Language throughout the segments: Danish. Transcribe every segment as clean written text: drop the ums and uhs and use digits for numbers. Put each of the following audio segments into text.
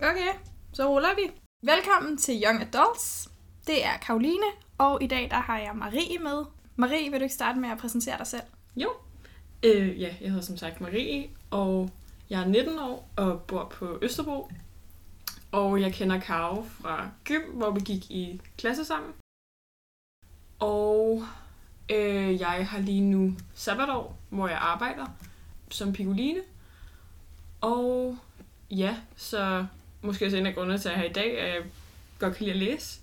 Okay, så ruller vi. Velkommen til Young Adults. Det er Karoline, og i dag der har jeg Marie med. Marie, vil du ikke starte med at præsentere dig selv? Jo. Jeg hedder som sagt Marie, og jeg er 19 år og bor på Østerbro. Og jeg kender Karo fra gym, hvor vi gik i klasse sammen. Og jeg har lige nu sabbatår, hvor jeg arbejder som piccoline. Og ja, så måske også en af grundene til at jeg her i dag, at jeg godt kan lide at læse.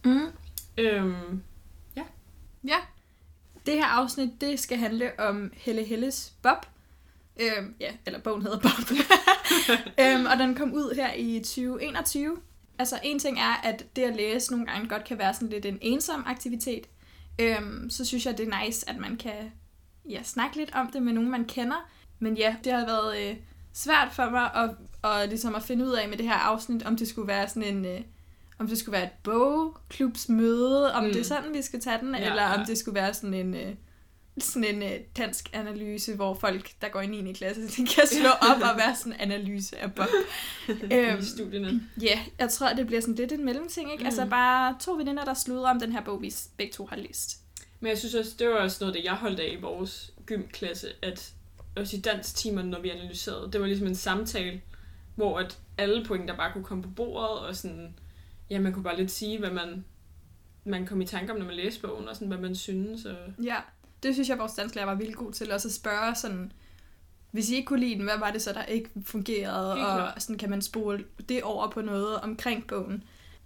Ja. Det her afsnit, det skal handle om Helle Helles Bob. Eller bogen hedder Bob. Og den kom ud her i 2021. Altså en ting er, at det at læse nogle gange godt kan være sådan lidt en ensom aktivitet. Så synes jeg, det er nice, at man kan snakke lidt om det med nogen, man kender. Men ja, det har været svært for mig at ligesom at finde ud af med det her afsnit, om det skulle være sådan en... om det skulle være et bogklubsmøde, om det er sådan, vi skal tage den, eller om det skulle være sådan en dansk analyse, hvor folk, der går i 9. klasse, de kan slå op og være sådan en analyse af Bob. I studierne. Ja, jeg tror, det bliver sådan lidt en mellemting, ikke? Altså bare 2 veninder, der sludrer om den her bog, vi begge to har læst. Men jeg synes også, det var også noget, det jeg holdt af i vores gymklasse, at også i dansktimerne, når vi analyserede, det var ligesom en samtale, hvor at alle pointer bare kunne komme på bordet, og sådan, ja, man kunne bare lidt sige, hvad man kom i tanke om, når man læste bogen, og sådan, hvad man synes. Og... Ja, det synes jeg, vores dansklærer var vildt god til, også at spørge sådan, hvis I ikke kunne lide den, hvad var det så, der ikke fungerede, og sådan kan man spole det over på noget omkring bogen.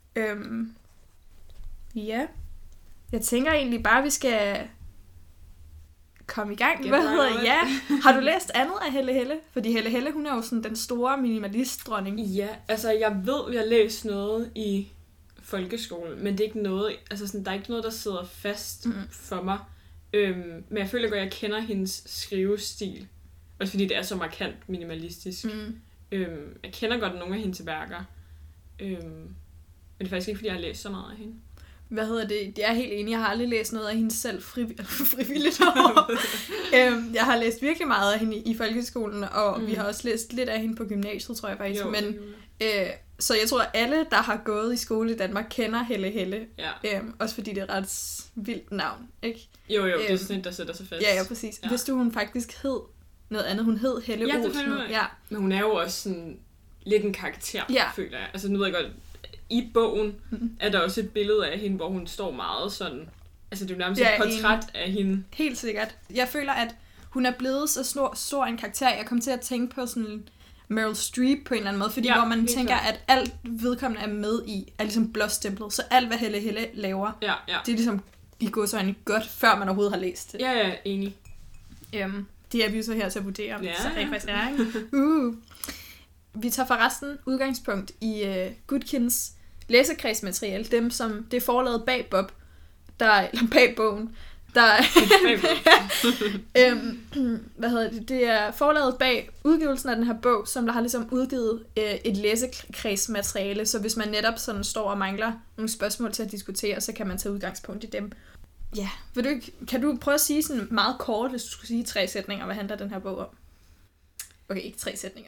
Ja, jeg tænker egentlig bare, vi skal komme i gang. Ja. Har du læst andet af Helle Helle? Fordi Helle Helle, hun er jo sådan den store minimalist-dronning. Ja, altså jeg ved, jeg har læst noget i folkeskolen, men det er ikke noget, altså sådan, der er ikke noget, der sidder fast for mig. Men jeg føler godt, at jeg kender hendes skrivestil. Også fordi det er så markant minimalistisk. Jeg kender godt nogle af hendes værker. Men det er faktisk ikke, fordi jeg har læst så meget af hende. Det er helt enig. Jeg har aldrig læst noget af hende selv frivilligt. Jeg har læst virkelig meget af hende i folkeskolen, og vi har også læst lidt af hende på gymnasiet, tror jeg faktisk. Men, så jeg tror, at alle, der har gået i skole i Danmark, kender Helle Helle. Ja. Også fordi det er et ret vildt navn, ikke? Jo, det er sådan et, der sætter sig fast. Ja, præcis. Ja. Hvis hun faktisk hed noget andet. Hun hed Helle Olsen. Ja. Men hun er jo også sådan lidt en karakter, føler jeg. Altså nu ved jeg godt, i bogen er der også et billede af hende, hvor hun står meget sådan... Altså det er jo nærmest et portræt af hende. Helt sikkert. Jeg føler, at hun er blevet så stor en karakter. Jeg kom til at tænke på sådan Meryl Streep på en eller anden måde, fordi hvor man tænker, at alt vedkommende er med i, er ligesom blåstemplet. Så alt, hvad Helle Helle laver, det er ligesom i går så egentlig godt, før man overhovedet har læst det. Ja, enig. Det er vi jo så her til at vurdere, om det så rent faktisk er, ikke? Vi tager forresten udgangspunkt i Goodkins læsekredsmateriale, dem som det er forlaget bag Bob, eller bag bogen, det er forlaget bag udgivelsen af den her bog, som der har ligesom udgivet et læsekredsmateriale, så hvis man netop sådan står og mangler nogle spørgsmål til at diskutere, så kan man tage udgangspunkt i dem. Ja, kan du prøve at sige sådan meget kort, hvis du skulle sige 3 sætninger, hvad handler den her bog om? Okay, ikke 3 sætninger.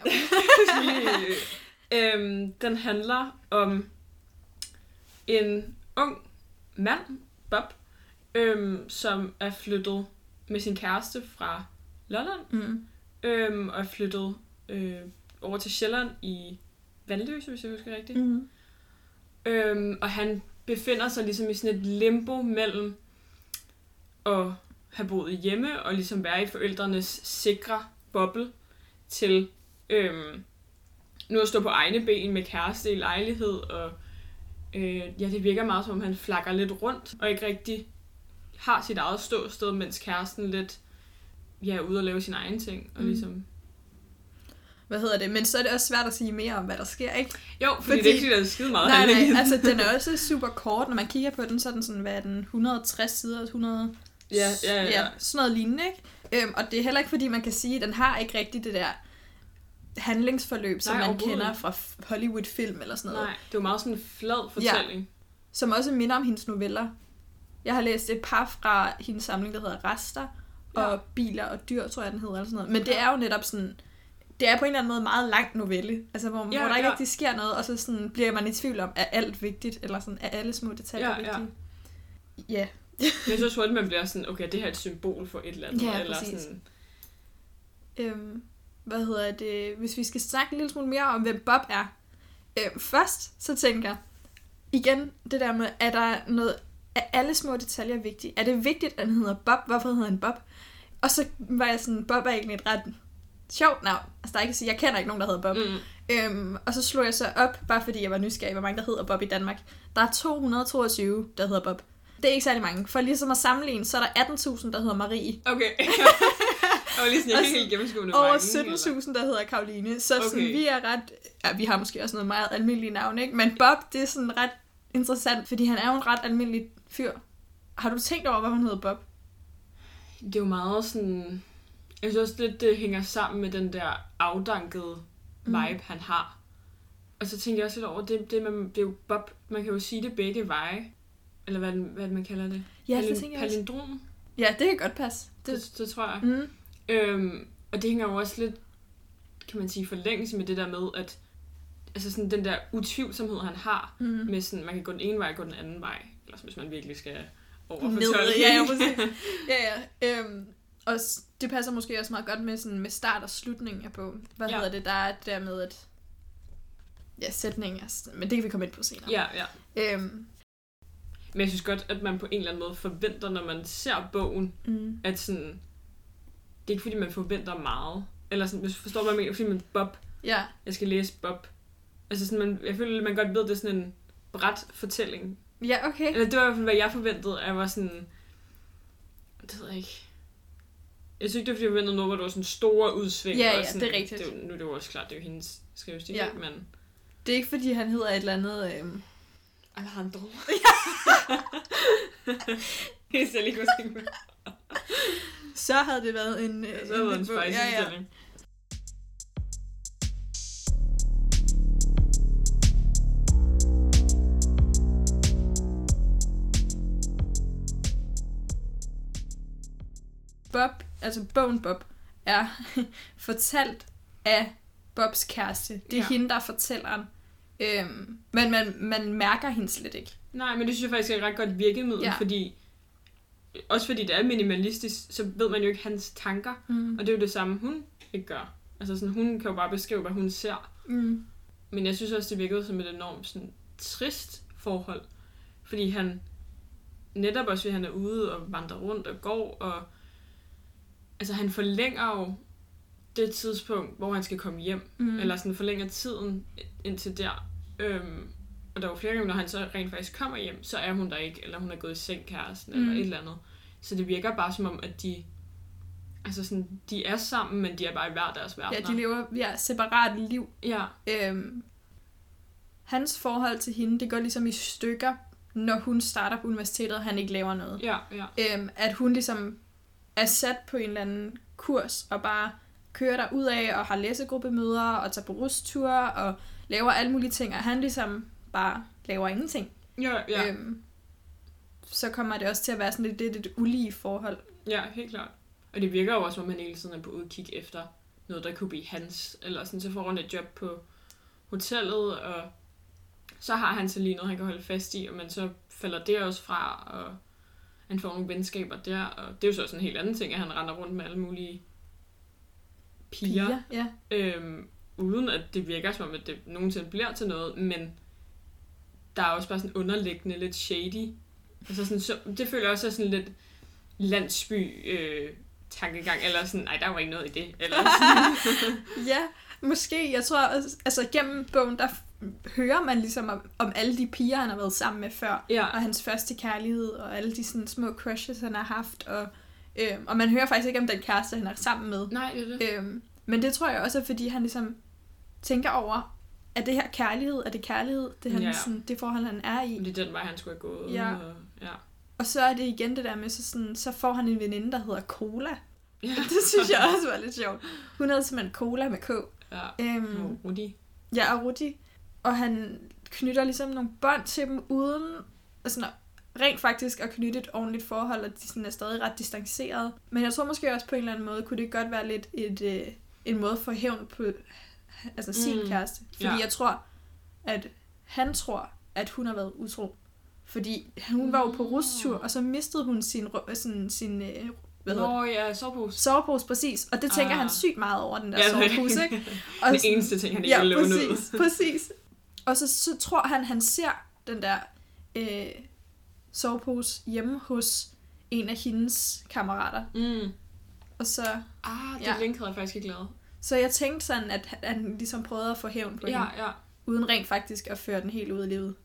Den handler om en ung mand, Bob, som er flyttet med sin kæreste fra London, og er flyttet over til Sjælland i Vanløse, hvis jeg husker rigtigt. Og han befinder sig ligesom i sådan et limbo mellem at have boet hjemme og ligesom være i forældrenes sikre boble til nu at stå på egne ben med kæreste i lejlighed, og det virker meget som om han flakker lidt rundt og ikke rigtig har sit eget ståsted, mens kæresten lidt er ude og lave sine egne ting og ligesom... Men så er det også svært at sige mere om, hvad der sker, ikke? Jo, fordi det er ikke, der er skide meget. Nej, altså den er også super kort. Når man kigger på den, så er den sådan, hvad er den, 160 sider, 100... Ja. Sådan noget lignende, ikke? Og det er heller ikke, fordi man kan sige, at den har ikke rigtig det der handlingsforløb, som man kender fra Hollywood-film eller sådan noget. Nej, det er jo meget sådan en flad fortælling. Ja, som også minder om hendes noveller. Jeg har læst et par fra hendes samling, der hedder Rester, og Biler og Dyr, tror jeg, den hedder. Eller sådan noget. Men det er jo netop sådan det er på en eller anden måde meget lang novelle, altså hvor der ikke rigtig sker noget, og så sådan bliver man i tvivl om, er alt vigtigt, eller sådan, er alle små detaljer vigtige. Ja. Men så tror jeg, man bliver sådan, okay, det her er et symbol for et eller andet. Ja, eller præcis. Sådan... Hvis vi skal snakke en lille smule mere om, hvem Bob er. Først, så tænker jeg, igen, det der med, er alle små detaljer vigtige? Er det vigtigt, at han hedder Bob? Hvorfor hedder han Bob? Og så var jeg sådan, Bob er egentlig et ret sjovt navn. Altså, der er ikke at sige, jeg kender ikke nogen, der hedder Bob. Og så slog jeg så op, bare fordi jeg var nysgerrig, hvor mange der hedder Bob i Danmark. Der er 222, der hedder Bob. Det er ikke særlig mange. For ligesom at sammenligne, så er der 18.000, der hedder Marie. Okay. Og lige sådan, jeg kan helt gennemskue over 17.000, der hedder Karoline. Så sådan, vi er ret... Ja, vi har måske også noget meget almindelige navn, ikke? Men Bob, det er sådan ret interessant, fordi han er jo en ret almindelig fyr. Har du tænkt over, hvad han hedder Bob? Det er jo meget sådan... Jeg synes også lidt, det hænger sammen med den der afdankede vibe, han har. Og så tænker jeg også lidt over, det er jo Bob, man kan jo sige det begge veje. Eller hvad man kalder det? Ja, det tænker jeg palindrom. Ja, det kan godt passe. Det tror jeg. Og det hænger jo også lidt, kan man sige, forlængelse med det der med, at altså sådan den der utvivlsomhed, han har, med sådan, man kan gå den ene vej og gå den anden vej. Eller hvis man virkelig skal overfortolke. Ja, præcis. Ja. Og det passer måske også meget godt med, sådan, med start og slutning af bogen. Hvad hedder det? Der er det der med, at... Ja, sætninger. Men det kan vi komme ind på senere. Ja. Men jeg synes godt, at man på en eller anden måde forventer, når man ser bogen, at sådan... Det er ikke fordi, man forventer meget. Eller sådan, hvis du forstår, hvad jeg mener, fordi man Bob. Ja. Jeg skal læse Bob. Altså sådan, jeg føler, at man godt ved, at det er sådan en brat fortælling. Ja, okay. Eller det var i hvert fald, hvad jeg forventede. Jeg var sådan... Det ved jeg ikke. Jeg synes ikke, det var fordi, jeg forventede noget, hvor der var sådan store udsving. Ja, sådan, det er rigtigt. Nu er det jo også klart, det er jo hendes skrivestil, men... Det er ikke fordi, han hedder et eller andet... Alejandro. Det er selv ikke, hvad jeg tænker med. Så havde det været en... så havde det været en spicy fortælling. Bob, altså bogen Bob, er fortalt af Bobs kæreste. Det er hende, der er fortælleren. Men man mærker hende slet ikke. Nej, men det synes jeg faktisk er et ret godt virkemiddel, fordi også fordi det er minimalistisk, så ved man jo ikke hans tanker, og det er jo det samme, hun ikke gør. Altså sådan, hun kan jo bare beskrive, hvad hun ser. Men jeg synes også, det virkede som et enormt sådan, trist forhold, fordi han netop også, fordi han er ude og vandrer rundt og går, og altså han forlænger jo det tidspunkt, hvor han skal komme hjem, eller sådan forlænger tiden indtil der. Og der var flere gange, når han så rent faktisk kommer hjem, så er hun der ikke, eller hun er gået i seng, kæresten, eller et eller andet. Så det virker bare som om, at de er sammen, men de er bare i hver deres verden. Ja, de lever separate liv. Ja. Hans forhold til hende, det går ligesom i stykker, når hun starter på universitetet, og han ikke laver noget. Ja. At hun ligesom er sat på en eller anden kurs, og bare kører der ud af og har læsegruppemøder, og tager på rustur, og laver alle mulige ting, og han ligesom bare laver ingenting. Ja. Så kommer det også til at være sådan lidt ulige forhold. Ja, helt klart. Og det virker jo også, som om han hele tiden er på udkig efter noget, der kunne blive hans, eller sådan, så får han et job på hotellet, og så har han så lige noget, han kan holde fast i, og men så falder det også fra, og han får nogle venskaber der, og det er jo så også en helt anden ting, at han render rundt med alle mulige piger. Ja. Uden at det virker som om, at det nogensinde bliver til noget, men der er også bare sådan underliggende, lidt shady. Altså sådan, så, det føler jeg også er sådan lidt landsby tankegang, eller sådan, nej, der var ikke noget i det. Eller sådan. Ja, måske. Jeg tror også, altså gennem bogen, der hører man ligesom om alle de piger, han har været sammen med før, og hans første kærlighed, og alle de sådan små crushes, han har haft, og man hører faktisk ikke om den kæreste, han er sammen med. Nej, det er det. Men det tror jeg også er, fordi han ligesom tænker over, er det her kærlighed? Er det kærlighed? Det, han, sådan, det forhold, han er i? Det er den vej, han skulle have gået. Ja. Og så er det igen det der med, så får han en veninde, der hedder Cola. Ja. Det synes jeg også var lidt sjovt. Hun hedder simpelthen Cola med K. Ja, og Rudi. Ja, og Rudi. Og han knytter ligesom nogle bånd til dem, uden sådan rent faktisk at knytte et ordentligt forhold, og de sådan er stadig ret distanceret. Men jeg tror måske også på en eller anden måde, kunne det godt være lidt en måde at få hævn på altså sin kæreste. Fordi jeg tror, at han tror, at hun har været utro. Fordi hun var jo på rustur, og så mistede hun sin sovepose, præcis. Og det tænker han sygt meget over, den der sovepose, ikke? Og det eneste ting, han ikke vil låne ud. Præcis. Og så tror han ser den der sovepose hjemme hos en af hendes kammerater. Og så... det link havde jeg faktisk ikke lavet. Så jeg tænkte sådan, at han ligesom prøvede at få hævn på hende. Uden rent faktisk at føre den helt ud i livet.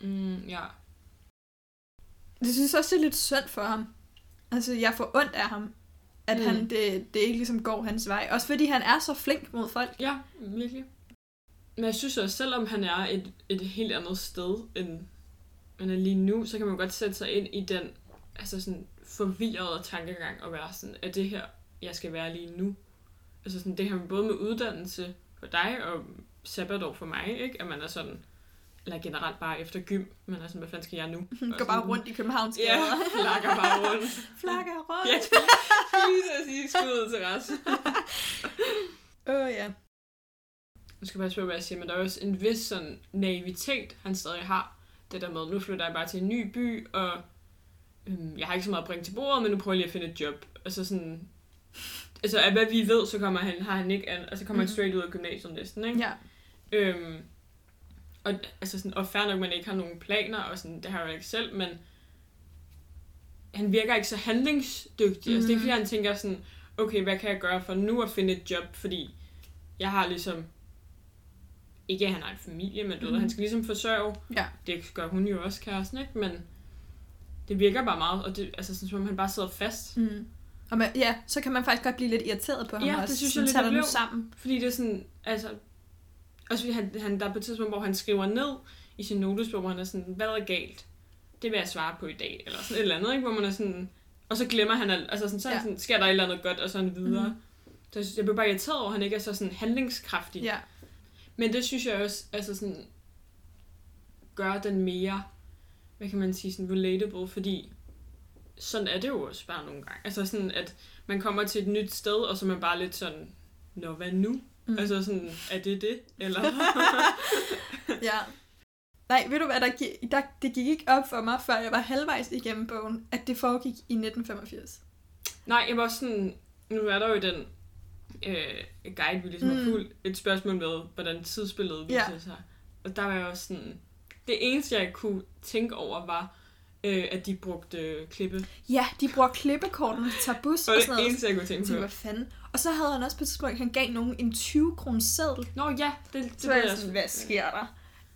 Jeg synes også, det er lidt synd for ham. Altså, jeg får ondt af ham. At han, det ikke ligesom går hans vej. Også fordi han er så flink mod folk. Ja, virkelig. Men jeg synes også, selvom han er et helt andet sted, end man er lige nu, så kan man godt sætte sig ind i den altså sådan forvirrede tankegang og være sådan, at det her, jeg skal være lige nu. Altså sådan, det har både med uddannelse for dig og sabbatår for mig, ikke? At man er sådan, eller generelt bare efter gym, man er sådan, hvad fanden skal jeg nu? Går bare rundt i Københavns gader. Ja, flakker bare rundt. Flakker rundt. Ja, lige så at sige skud til resten. Ja. Nu skal jeg bare spørge, hvad jeg siger, men der er også en vis sådan naivitet, han stadig har. Det der med, nu flytter jeg bare til en ny by, og jeg har ikke så meget at bringe til bordet, men nu prøver jeg lige at finde et job. Altså sådan, altså af hvad vi ved, så kommer han straight ud af gymnasiet næsten, ikke? Ja. Og altså sådan, og fair nok, man ikke har nogen planer, og sådan, det har jeg jo ikke selv, men han virker ikke så handlingsdygtig. Altså det er ikke fordi, han tænker sådan, okay, hvad kan jeg gøre for nu at finde et job, fordi jeg har ligesom, ikke at han har en familie, men han skal ligesom forsørge. Ja. Det gør hun jo også, kæresten, ikke? Men det virker bare meget, og det, altså sådan, som om han bare sidder fast. Og så kan man faktisk godt blive lidt irriteret på ham også. Ja, det synes jeg lidt, der blev sammen. Fordi det er sådan, altså, også fordi han der er på et tidspunkt, hvor han skriver ned i sin notesbog, hvor han er sådan, hvad er galt? Det vil jeg svare på i dag, eller sådan et eller andet, ikke? Hvor man er sådan, og så glemmer han, altså sådan, sker der et eller andet godt, og sådan videre. Så jeg blev bare irriteret over, at han ikke er så sådan handlingskraftig. Ja. Men det synes jeg også, altså sådan, gør den mere, hvad kan man sige, sådan relatable, fordi sådan er det jo også bare nogle gange. Altså sådan, at man kommer til et nyt sted, og så er man bare lidt sådan, nå, hvad nu? Altså sådan, er det? Eller? Ja. Nej, ved du hvad, det gik ikke op for mig, før jeg var halvvejs igennem bogen, at det foregik i 1985. Nej, jeg var sådan, nu er der jo den guide, vi ligesom har fulgt, et spørgsmål med, hvordan tidsbilledet viser sig. Og der var jeg også sådan, det eneste, jeg kunne tænke over, var, at de brugte klippe. Ja, de bruger klippekorten til bus og sådan noget. Det eneste, jeg kunne tænke på. Hvad fanden? Og så havde han også på et tidspunkt, han gav nogen en 20-kroner seddel. Nå ja, det så jeg sådan, hvad sker der?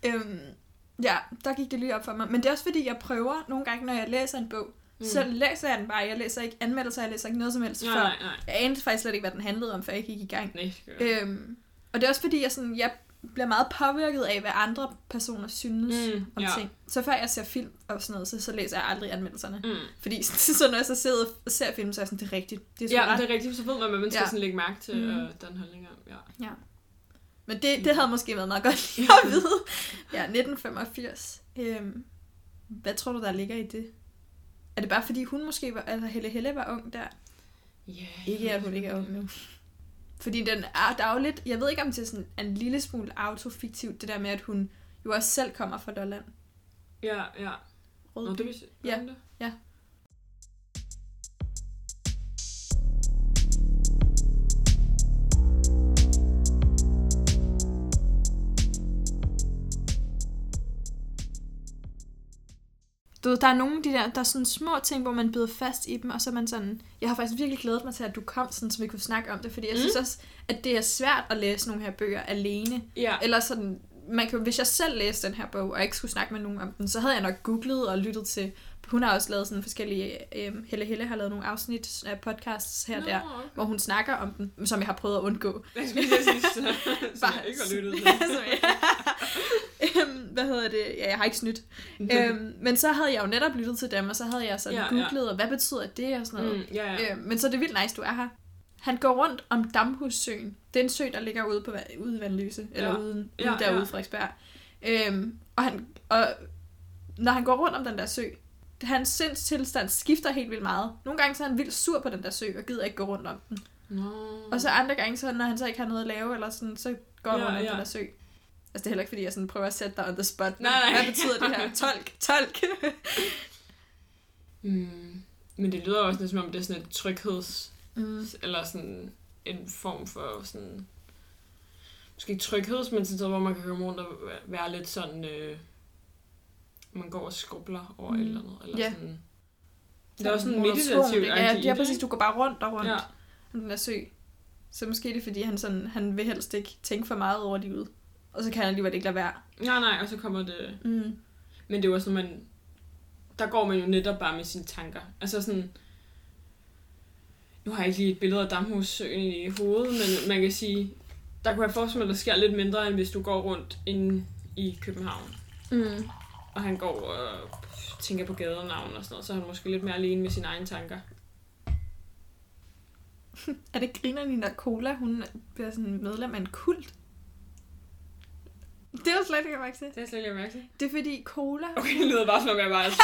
Ja, der gik det lige op for mig. Men det er også fordi, jeg prøver nogle gange, når jeg læser en bog, så læser jeg den bare. Jeg læser ikke anmeldelser, jeg læser ikke noget som helst før. Nej. Jeg anede faktisk slet ikke, hvad den handlede om, før jeg gik i gang. Nej, og det er også fordi, jeg bliver meget påvirket af, hvad andre personer synes om ting. Så før jeg ser film og sådan noget, så læser jeg aldrig anmeldelserne. Fordi så når jeg så sidder og ser film, så er jeg sådan, det er rigtigt. Det er det er rigtigt, så ved man, hvad man skal sådan lægge mærke til den holdning om. Ja. Men det havde måske været meget godt lige at vide. Ja, 1985. Hvad tror du, der ligger i det? Er det bare fordi hun måske var, altså Helle var ung der? Ikke at hun ikke er ung nu. Fordi der er jo lidt, jeg ved ikke om det er sådan en lille smule autofiktivt, det der med, at hun jo også selv kommer fra Lolland. Ja. Rødby. Nå, det ja. Du ved, der er nogle af de der er sådan små ting, hvor man bider fast i dem, og så er man sådan, jeg har faktisk virkelig glædet mig til, at du kom, sådan, så vi kunne snakke om det, fordi jeg synes også, at det er svært at læse nogle her bøger alene. Ja. Eller sådan, hvis jeg selv læste den her bog, og ikke skulle snakke med nogen om den, så havde jeg nok googlet og lyttet til, hun har også lavet sådan forskellige, Helle har lavet nogle afsnit af podcasts her der, hvor hun snakker om den, som jeg har prøvet at undgå. Jeg skulle sige, som jeg ikke har lyttet til. Hvad hedder det? Ja, jeg har ikke snydt. Men så havde jeg jo netop lyttet til dem, og så havde jeg sådan googlet, og hvad betyder det og sådan noget. Men så er det vildt nice, du er her. Han går rundt om Damhussøen. Det er en sø, der ligger ude i Vandløse, eller ude derude i Frederiksberg. Og når han går rundt om den der sø, hans sindstilstand skifter helt vildt meget. Nogle gange så er han vildt sur på den der sø, og gider ikke gå rundt om den. Og så andre gange, så når han så ikke har noget at lave, eller sådan, så går han rundt den der sø. Altså, det er heller ikke, fordi jeg sådan prøver at sætte dig on the spot. Nej. Hvad betyder det her? Tolk! Men det lyder også lidt, som om det er sådan et trygheds... Eller sådan en form for sådan... Måske ikke trygheds, men sådan noget, hvor man kan komme rundt og være lidt sådan... man går og skrubler over et eller andet. Eller sådan... Det er også sådan meditativt. Ja, det er præcis, du går bare rundt og rundt om den der sø. Så måske det er, fordi han vil helst ikke tænke for meget over livet. Og så kan han alligevel ikke lade være. Nej, og så kommer det... Men det er jo også, når man... Der går man jo netop bare med sine tanker. Altså sådan... Nu har jeg ikke lige et billede af Damhussøen i hovedet, men man kan sige... Der kunne jeg forestille mig, at der sker lidt mindre, end hvis du går rundt inde i København. Og han går og tænker på gadenavn og sådan noget, så er han måske lidt mere alene med sine egne tanker. Er det griner Nina Cola, hun bliver sådan medlem af en kult? Det var slet ikke mærke til. Det er slet ikke mærke til. Det er fordi Cola... Okay, det lyder bare som om jeg bare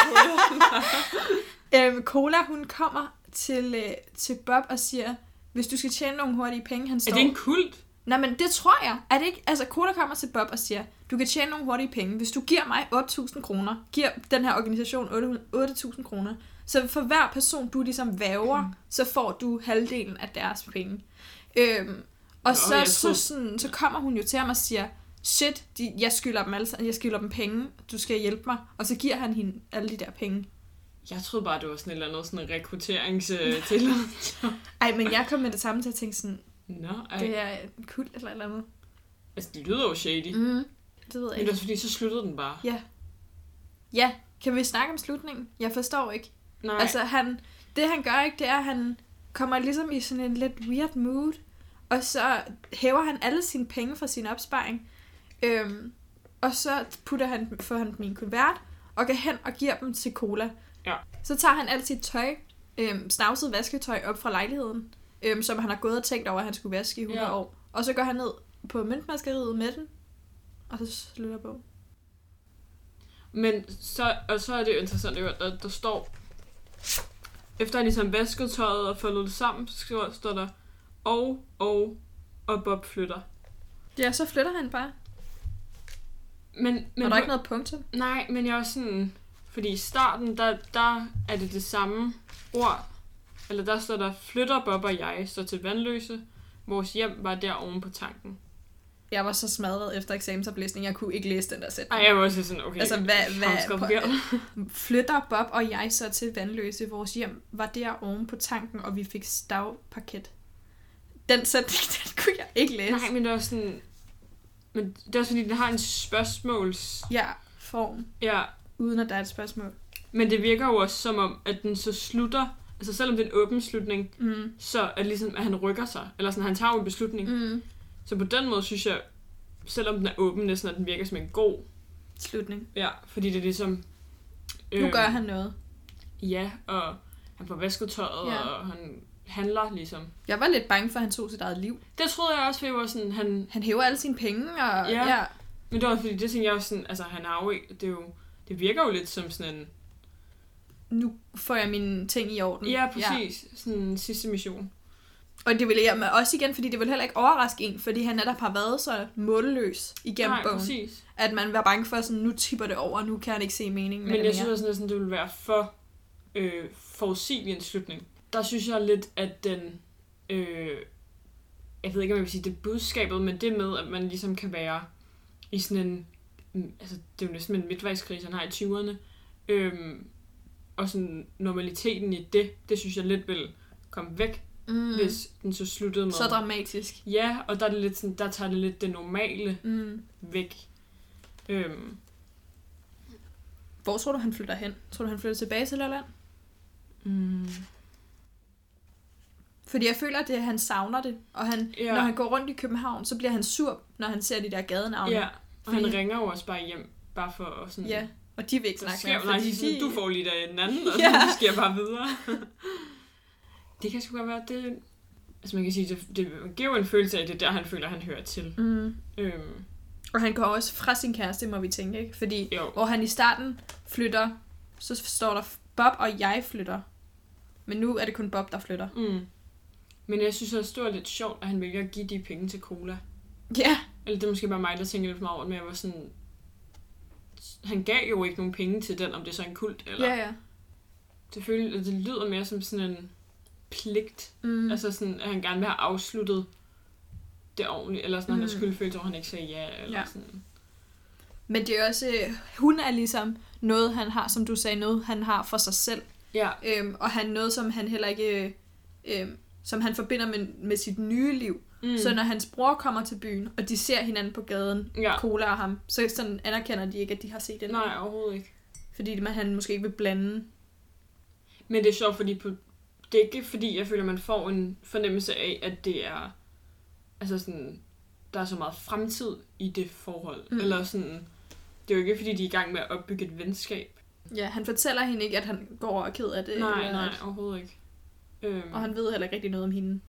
er Cola, hun kommer til Bob og siger, hvis du skal tjene nogle hurtige penge, han står... Er det en kult? Nej, men det tror jeg. Er det ikke? Altså, Cola kommer til Bob og siger, du kan tjene nogle hurtige penge. Hvis du giver mig 8.000 kroner, giver den her organisation 8.000 kroner, så for hver person, du ligesom væver, så får du halvdelen af deres penge. Og så kommer hun jo til ham og siger, shit, jeg skylder dem alle sammen, jeg skylder dem penge, du skal hjælpe mig. Og så giver han hende alle de der penge. Jeg troede bare, det var sådan et eller andet sådan en rekrutteringstilladelse. Ej, men jeg kom med det samme til at tænke sådan, det er en kult eller et eller andet. Altså, det lyder jo shady. Det ved jeg ikke. Men det var fordi, så sluttede den bare. Ja, kan vi snakke om slutningen? Jeg forstår ikke. Nej. Altså, det han gør ikke, det er, at han kommer ligesom i sådan en lidt weird mood, og så hæver han alle sine penge fra sin opsparing, og så får han dem i en kuvert, og går hen og giver dem til Cola. Ja. Så tager han alt sit tøj, snavset vasketøj op fra lejligheden, som han har gået og tænkt over, at han skulle vaske i 100 år. Og så går han ned på møntmaskeriet med den, og så slutter bogen. Men så er det jo interessant, at der står, efter han ligesom vasket tøjet og foldet det sammen, så står der, og Bob flytter. Ja, så flytter han bare. Men og der er ikke noget punktum? Nej, men jeg er også sådan, fordi i starten, der er det samme ord, eller der står der, flytter Bob og jeg så til Vandløse. Vores hjem var der oven på tanken. Jeg var så smadret efter eksamensoplæsning, jeg kunne ikke læse den der sætning. Ej, jeg var også sådan, okay, altså, flytter Bob og jeg så til Vandløse. Vores hjem var der oven på tanken, og vi fik stavparket. Den sætning, den kunne jeg ikke læse. Nej, men det var sådan... Men det er også fordi, den har en spørgsmåls... form. Ja. Uden at der er et spørgsmål. Men det virker jo også som om, at den så slutter... Altså selvom det er en åben slutning, så er det ligesom, at han rykker sig. Eller sådan, han tager jo en beslutning. Så på den måde synes jeg, selvom den er åben, næsten at den virker som en god... slutning. Ja, fordi det er ligesom... Nu gør han noget. Ja, og han får vasket tøjet, og han handler ligesom. Jeg var lidt bange for, at han tog sit eget liv. Det troede jeg også, fordi jeg var sådan... Han hæver alle sine penge, og... Ja. Men det var fordi, det tænkte jeg også sådan... Altså, han er jo ikke... Det virker jo lidt som sådan en... Nu får jeg mine ting i orden. Ja, præcis. Sådan en sidste mission. Og det vil jeg også igen, fordi det vil heller ikke overraske en, fordi han netop har været så målløs igennem bogen. Præcis. At man var bange for, sådan, nu tipper det over, nu kan han ikke se meningen med det. Men jeg synes også, at det ville være for forudsigelig en slutning. Der synes jeg lidt, at den... jeg ved ikke, om jeg vil sige det budskabet, men det med, at man ligesom kan være i sådan en... Altså, det er jo næsten en midtvejskrise, han har i 20'erne. Og sådan normaliteten i det synes jeg lidt vil komme væk, hvis den så sluttede med... Så dramatisk. Ja, og der er det lidt sådan, der tager det lidt det normale væk. Hvor tror du, han flytter hen? Tror du, han flytter tilbage til Lolland? Fordi jeg føler, at han savner det. Og når han går rundt i København, så bliver han sur, når han ser de der gadenavne. Ja, og han ringer jo også bare hjem, bare for at sådan... Ja, og de vil ikke snakke med ham. Nej, sådan, du får lige der den anden, og så skal jeg bare videre. Det kan sgu godt være, det... Altså man kan sige, det giver jo en følelse af, at det er der, han føler, han hører til. Og han går også fra sin kæreste, må vi tænke, ikke? Fordi hvor han i starten flytter, så står der, Bob og jeg flytter. Men nu er det kun Bob, der flytter. Men jeg synes også, det var lidt sjovt, at han vælger at give de penge til Cola. Ja. Eller det er måske bare mig, der tænker lidt for meget over, men jeg var sådan... Han gav jo ikke nogen penge til den, om det er så en kult, eller... Ja. Det lyder mere som sådan en pligt. Altså sådan, at han gerne vil have afsluttet det ordentligt, eller sådan, han har skyldfølelse over, han ikke sagde ja, eller sådan. Men det er også... Hun er ligesom noget, han har, som du sagde, noget, han har for sig selv. Ja. Og han noget, som han heller ikke... som han forbinder med sit nye liv. Så når hans bror kommer til byen, og de ser hinanden på gaden, Cola og ham, så sådan anerkender de ikke, at de har set den. Nej, overhovedet ikke. Fordi han måske ikke vil blande. Men det er sjovt, fordi det er ikke fordi, jeg føler, man får en fornemmelse af, at det er, altså sådan, der er så meget fremtid i det forhold. Eller sådan, det er jo ikke fordi, de er i gang med at opbygge et venskab. Ja, han fortæller hende ikke, at han går og er ked af det. Nej, overhovedet ikke. Og han ved heller ikke rigtig noget om hende.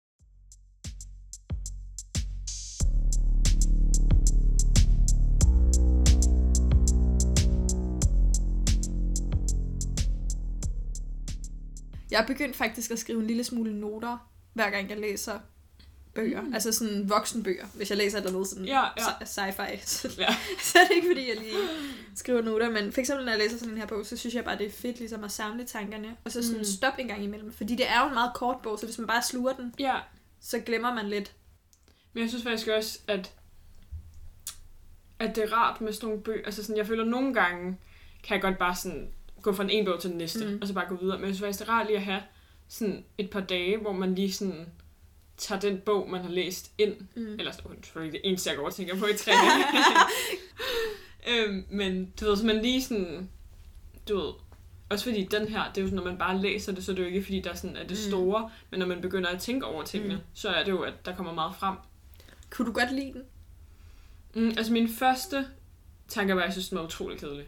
Jeg er begyndt faktisk at skrive en lille smule noter, hver gang jeg læser bøger. Altså sådan voksenbøger. Hvis jeg læser noget sådan sci-fi, så er det ikke fordi, jeg lige skriver noter. Men for eksempel, når jeg læser sådan en her bog, så synes jeg bare, det er fedt ligesom at samle tankerne. Og så sådan stoppe en gang imellem. Fordi det er jo en meget kort bog, så hvis man bare sluger den, så glemmer man lidt. Men jeg synes faktisk også, at det er rart med sådan nogle bøger. Altså sådan, jeg føler nogle gange, kan jeg godt bare sådan gå fra en bog til den næste, og så bare gå videre. Men jeg synes faktisk, det er rart lige at have sådan et par dage, hvor man lige sådan tager den bog, man har læst ind. Eller selvfølgelig det eneste, jeg går og tænker på i træning. Men du ved, så man lige sådan, du ved, også fordi den her, det er jo sådan, når man bare læser det, så er det jo ikke fordi, der sådan er det store, men når man begynder at tænke over tingene, så er det jo, at der kommer meget frem. Kunne du godt lide den? Altså min første tanke var, at jeg synes, den var utrolig kedelig.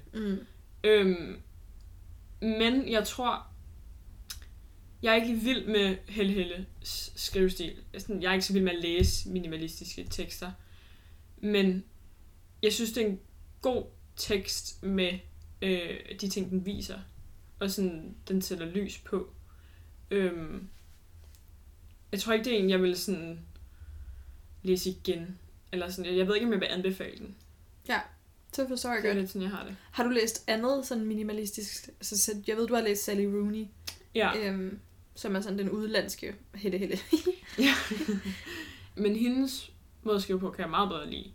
Men jeg tror, jeg er ikke vild med Helle skrivestil. Jeg er ikke så vild med at læse minimalistiske tekster. Men jeg synes, det er en god tekst med de ting, den viser. Og sådan, den sætter lys på. Jeg tror ikke, det er en, jeg vil sådan læse igen. Eller sådan, jeg ved ikke, om jeg vil anbefale den. Ja, så forstår jeg godt. Det er lidt sådan, jeg har det. Har du læst andet sådan minimalistisk? Altså, jeg ved, du har læst Sally Rooney. Ja. Som er sådan den udlandske Helle. Ja. Men hendes måde at skrive på, kan jeg meget bedre lide.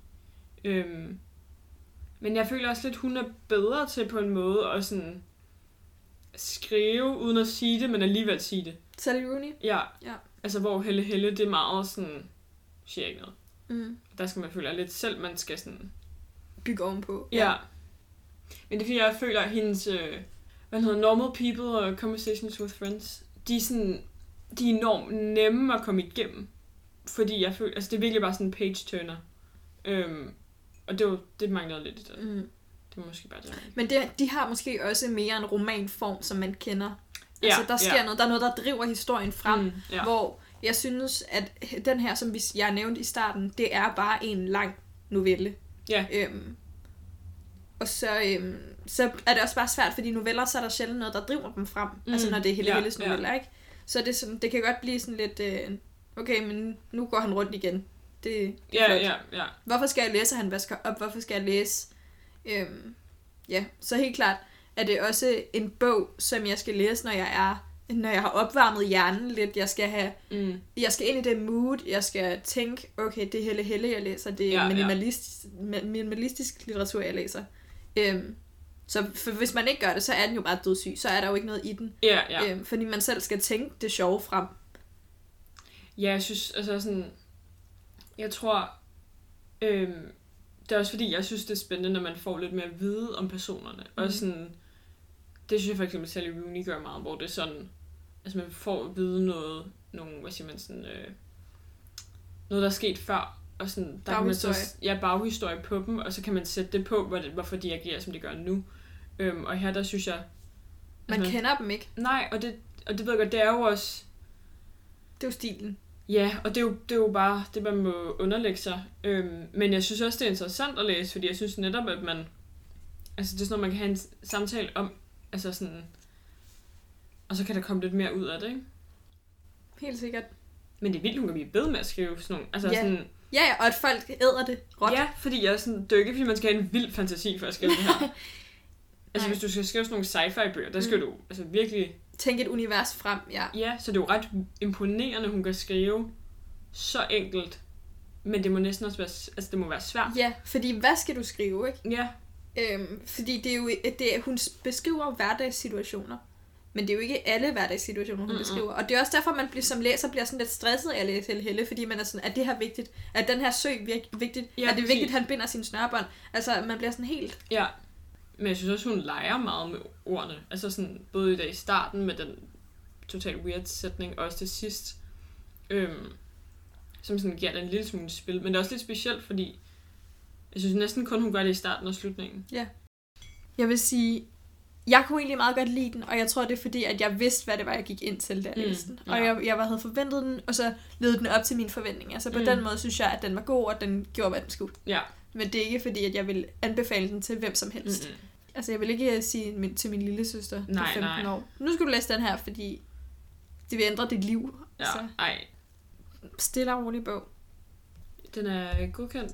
Men jeg føler også lidt, hun er bedre til på en måde at sådan skrive, uden at sige det, men alligevel sige det. Sally Rooney? Ja. Altså, hvor Helle, det er meget sådan, siger ikke noget. Der skal man føle lidt selv, man skal sådan bygge ovenpå. Ja. Men det er fordi, jeg føler, at hendes Normal People og Conversations with Friends, de er enormt nemme at komme igennem. Fordi jeg føler, altså det er virkelig bare sådan en page-turner. Og det manglede lidt i det. Det var måske bare det. Men de har måske også mere en romanform, som man kender. Altså der sker noget, der er noget, der driver historien frem, hvor jeg synes, at den her, som jeg nævnte i starten, det er bare en lang novelle. Ja. Og så er det også bare svært, fordi noveller, så er der sjældent noget, der driver dem frem. Altså når det er Helles noveller, ikke? Så det, sådan, det kan godt blive sådan lidt, okay, men nu går han rundt igen. Det er flot. Hvorfor skal jeg læse, at han vasker op? Hvorfor skal jeg læse? Så helt klart er det også en bog, som jeg skal læse, når jeg har opvarmet hjernen lidt. Jeg skal ind i det mood. Jeg skal tænke, okay, det er Helle, jeg læser. Det er minimalistisk litteratur, jeg læser. Så for hvis man ikke gør det, så er den jo bare dødssyg. Så er der jo ikke noget i den. Fordi man selv skal tænke det sjove frem. Ja, jeg synes, altså sådan, jeg tror, det er også fordi, jeg synes, det er spændende, når man får lidt mere at vide om personerne. Og sådan, det synes jeg for eksempel, Sally Rooney gør meget, hvor det er sådan, altså man får at vide noget der er sket før, og sådan, der kan man så, baghistorie på dem, og så kan man sætte det på, hvorfor de agerer, som de gør nu. Og her, der synes jeg... Man kender dem ikke. Nej, og det ved jeg godt, det er jo også... Det er jo stilen. Ja, og det er jo bare det, man må underlægge sig. Men jeg synes også, det er interessant at læse, fordi jeg synes netop, at man... Altså, det er sådan noget, man kan have en samtale om, altså sådan... Og så kan der komme lidt mere ud af det, ikke? Helt sikkert. Men det er vildt, hun kan blive bedre med at skrive sådan nogle. Altså Ja. sådan, Ja, og at folk æder det råt. ja, fordi jeg er sådan, det er jo ikke, fordi man skal have en vild fantasi for at skrive det her. Altså, Nej. hvis du skal skrive sådan nogle sci-fi-bøger, der skal du altså virkelig... Tænk et univers frem, ja. Ja, så det er jo ret imponerende, hun kan skrive så enkelt. Men det må næsten også være, altså det må være svært. Ja, fordi hvad skal du skrive, ikke? Ja, Fordi det er jo, hun beskriver hverdagssituationer. Men det er jo ikke alle hverdagssituationer, hun beskriver. Og det er også derfor, man som læser bliver sådan lidt stresset af at læse Helle, fordi man er sådan, er det her vigtigt? Er den her sø vigtigt? Ja, er det præcis. vigtigt, at han binder sine snørebånd? Altså, man bliver sådan helt... ja. Men jeg synes også, hun leger meget med ordene. Altså sådan, både i dag i starten med den totalt weird sætning, og også til sidst. Som sådan giver den en lille smule spil. Men det er også lidt specielt, fordi jeg synes næsten kun, hun gør det i starten og slutningen. Ja. Jeg vil sige, jeg kunne egentlig meget godt lide den, og jeg tror, det er fordi, at jeg vidste, hvad det var, jeg gik ind til, da jeg læste den. Og jeg havde forventet den, og så levede den op til mine forventninger. Så på den måde synes jeg, at den var god, og den gjorde, hvad den skulle. Ja. Men det er ikke fordi, at jeg vil anbefale den til hvem som helst. Altså, jeg vil ikke sige til min lille søster på 15 år. Nu skal du læse den her, fordi det vil ændre dit liv. Ja, altså, ej. Stille og rolig bog. Den er godkendt.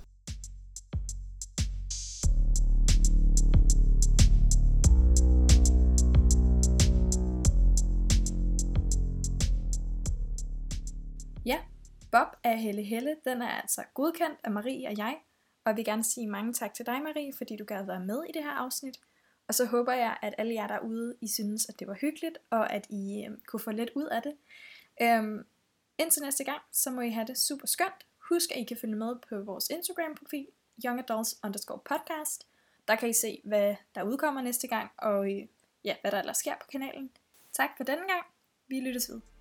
Ja, Bob af Helle, den er altså godkendt af Marie og jeg. Og jeg vil gerne sige mange tak til dig, Marie, fordi du gad være med i det her afsnit. Og så håber jeg, at alle jer derude, I synes, at det var hyggeligt, og at I kunne få lidt ud af det. Indtil næste gang, så må I have det super skønt. Husk, at I kan følge med på vores Instagram-profil, youngadults_podcast. Der kan I se, hvad der udkommer næste gang, og hvad der ellers sker på kanalen. Tak for denne gang. Vi lyttes ved.